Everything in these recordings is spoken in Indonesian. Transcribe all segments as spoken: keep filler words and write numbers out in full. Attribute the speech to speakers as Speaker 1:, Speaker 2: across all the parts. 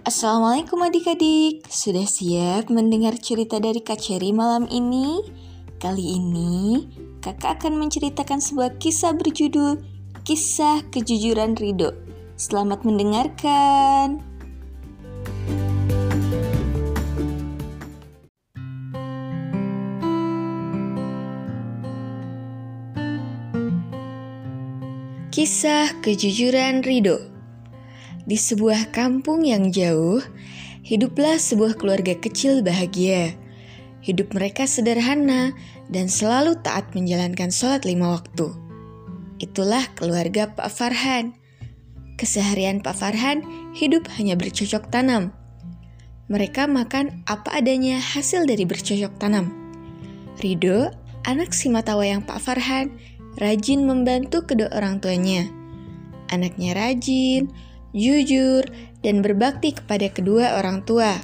Speaker 1: Assalamualaikum adik-adik, sudah siap mendengar cerita dari Kak Cherry malam ini? Kali ini, kakak akan menceritakan sebuah kisah berjudul Kisah Kejujuran Ridho. Selamat mendengarkan. Kisah Kejujuran Ridho. Di sebuah kampung yang jauh, hiduplah sebuah keluarga kecil bahagia. Hidup mereka sederhana dan selalu taat menjalankan sholat lima waktu. Itulah keluarga Pak Farhan. Keseharian Pak Farhan hidup hanya bercocok tanam. Mereka makan apa adanya hasil dari bercocok tanam. Ridho, anak si matawayang Pak Farhan, rajin membantu kedua orang tuanya. Anaknya rajin, jujur, dan berbakti kepada kedua orang tua.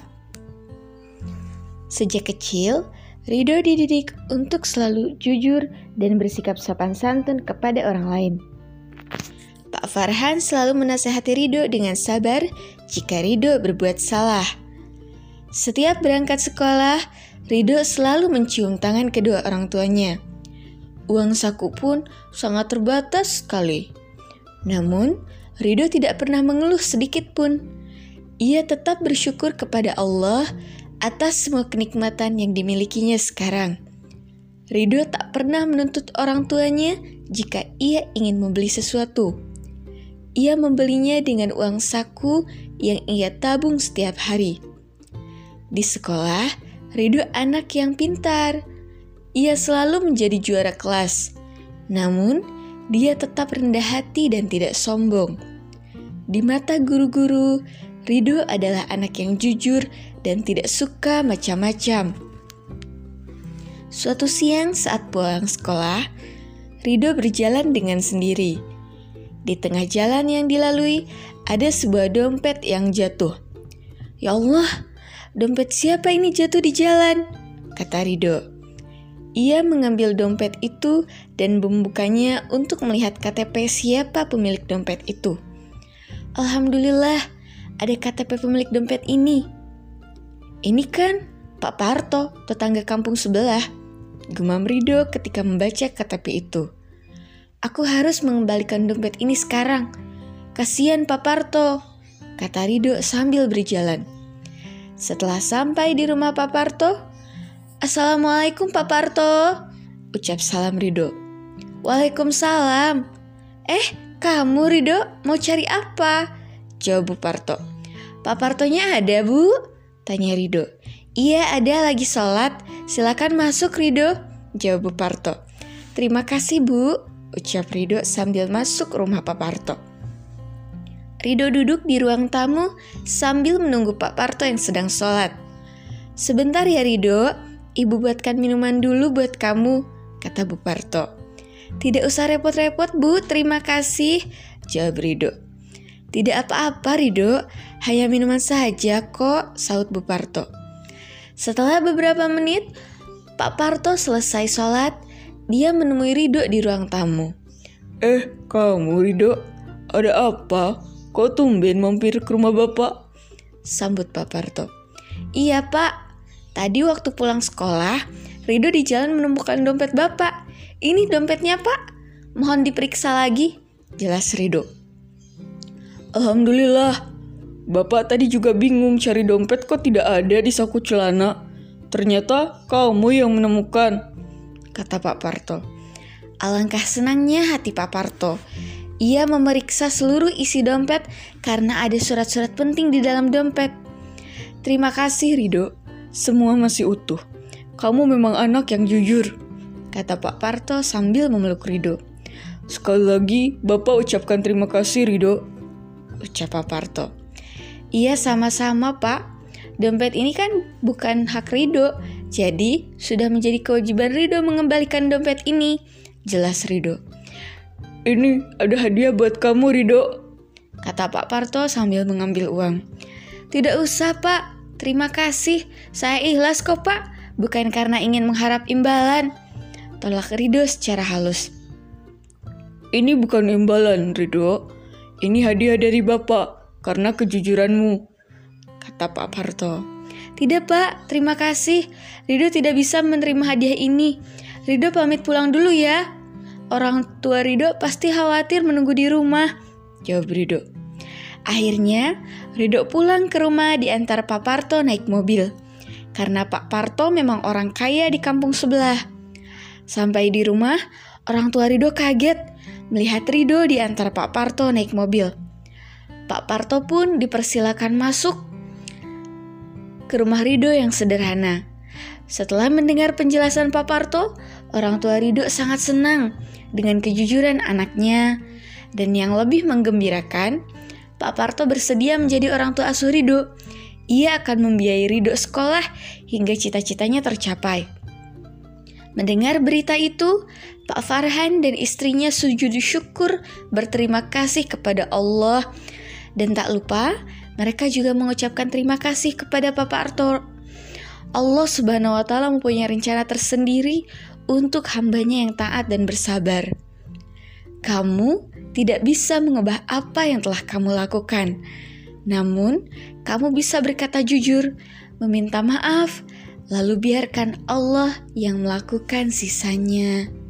Speaker 1: Sejak kecil, Ridho dididik untuk selalu jujur dan bersikap sopan santun kepada orang lain. Pak Farhan selalu menasihati Ridho dengan sabar jika Ridho berbuat salah. Setiap berangkat sekolah, Ridho selalu mencium tangan kedua orang tuanya. Uang saku pun sangat terbatas sekali. Namun, Ridho tidak pernah mengeluh sedikit pun. Ia tetap bersyukur kepada Allah atas semua kenikmatan yang dimilikinya sekarang. Ridho tak pernah menuntut orang tuanya jika ia ingin membeli sesuatu. Ia membelinya dengan uang saku yang ia tabung setiap hari. Di sekolah, Ridho anak yang pintar. Ia selalu menjadi juara kelas. Namun, dia tetap rendah hati dan tidak sombong. Di mata guru-guru, Ridho adalah anak yang jujur dan tidak suka macam-macam. Suatu siang saat pulang sekolah, Ridho berjalan dengan sendiri. Di tengah jalan yang dilalui, ada sebuah dompet yang jatuh. "Ya Allah, dompet siapa ini jatuh di jalan?" kata Ridho. Ia mengambil dompet itu dan membukanya untuk melihat K T P siapa pemilik dompet itu. Alhamdulillah, ada K T P pemilik dompet ini. Ini kan Pak Parto, tetangga kampung sebelah, gemam Ridho ketika membaca K T P itu. Aku harus mengembalikan dompet ini sekarang. Kasihan Pak Parto, kata Ridho sambil berjalan. Setelah sampai di rumah Pak Parto, "Assalamualaikum Pak Parto," ucap salam Ridho. "Waalaikumsalam." "Eh, kamu Ridho mau cari apa?" jawab Bu Parto. "Pak Partonya ada, Bu?" tanya Ridho. "Iya, ada, lagi sholat. Silakan masuk Ridho," jawab Bu Parto. "Terima kasih Bu," ucap Ridho sambil masuk rumah Pak Parto. Ridho duduk di ruang tamu sambil menunggu Pak Parto yang sedang sholat. "Sebentar ya Ridho, Ibu buatkan minuman dulu buat kamu," kata Bu Parto. "Tidak usah repot-repot Bu, terima kasih," jawab Ridho. "Tidak apa-apa Ridho, hanya minuman saja kok," sahut Bu Parto. Setelah beberapa menit, Pak Parto selesai sholat. Dia menemui Ridho di ruang tamu. "Eh, kamu Ridho, ada apa? Kok tumben mampir ke rumah Bapak?" sambut Pak Parto. "Iya Pak, tadi waktu pulang sekolah, Ridho di jalan menemukan dompet Bapak. Ini dompetnya Pak, mohon diperiksa lagi," jelas Ridho. "Alhamdulillah, Bapak tadi juga bingung cari dompet kok tidak ada di saku celana. Ternyata kamu yang menemukan," kata Pak Parto. Alangkah senangnya hati Pak Parto. Ia memeriksa seluruh isi dompet karena ada surat-surat penting di dalam dompet. "Terima kasih Ridho, semua masih utuh. Kamu memang anak yang jujur," kata Pak Parto sambil memeluk Ridho. "Sekali lagi Bapak ucapkan terima kasih Ridho," ucap Pak Parto. "Iya sama-sama Pak. Dompet ini kan bukan hak Ridho, jadi sudah menjadi kewajiban Ridho mengembalikan dompet ini," jelas Ridho. "Ini ada hadiah buat kamu Ridho," kata Pak Parto sambil mengambil uang. "Tidak usah Pak, terima kasih. Saya ikhlas kok Pak, bukan karena ingin mengharap imbalan," tolak Ridho secara halus. "Ini bukan imbalan Ridho, ini hadiah dari Bapak karena kejujuranmu," kata Pak Parto. Tidak Pak, terima kasih. Ridho tidak bisa menerima hadiah ini. Ridho pamit pulang dulu ya. Orang tua Ridho pasti khawatir menunggu di rumah, jawab Ridho. Akhirnya Ridho pulang ke rumah diantar Pak Parto naik mobil. Karena Pak Parto memang orang kaya di kampung sebelah. Sampai di rumah, orang tua Ridho kaget melihat Ridho diantar Pak Parto naik mobil. Pak Parto pun dipersilakan masuk ke rumah Ridho yang sederhana. Setelah mendengar penjelasan Pak Parto, orang tua Ridho sangat senang dengan kejujuran anaknya. Dan yang lebih menggembirakan, Pak Parto bersedia menjadi orang tua asuh Ridho. Ia akan membiayai Ridho sekolah hingga cita-citanya tercapai. Mendengar berita itu, Pak Farhan dan istrinya sujud syukur berterima kasih kepada Allah. Dan tak lupa, mereka juga mengucapkan terima kasih kepada Pak Parto. Allah Subhanahu wa Ta'ala mempunyai rencana tersendiri untuk hambanya yang taat dan bersabar. Kamu tidak bisa mengubah apa yang telah kamu lakukan. Namun, kamu bisa berkata jujur, meminta maaf, lalu biarkan Allah yang melakukan sisanya.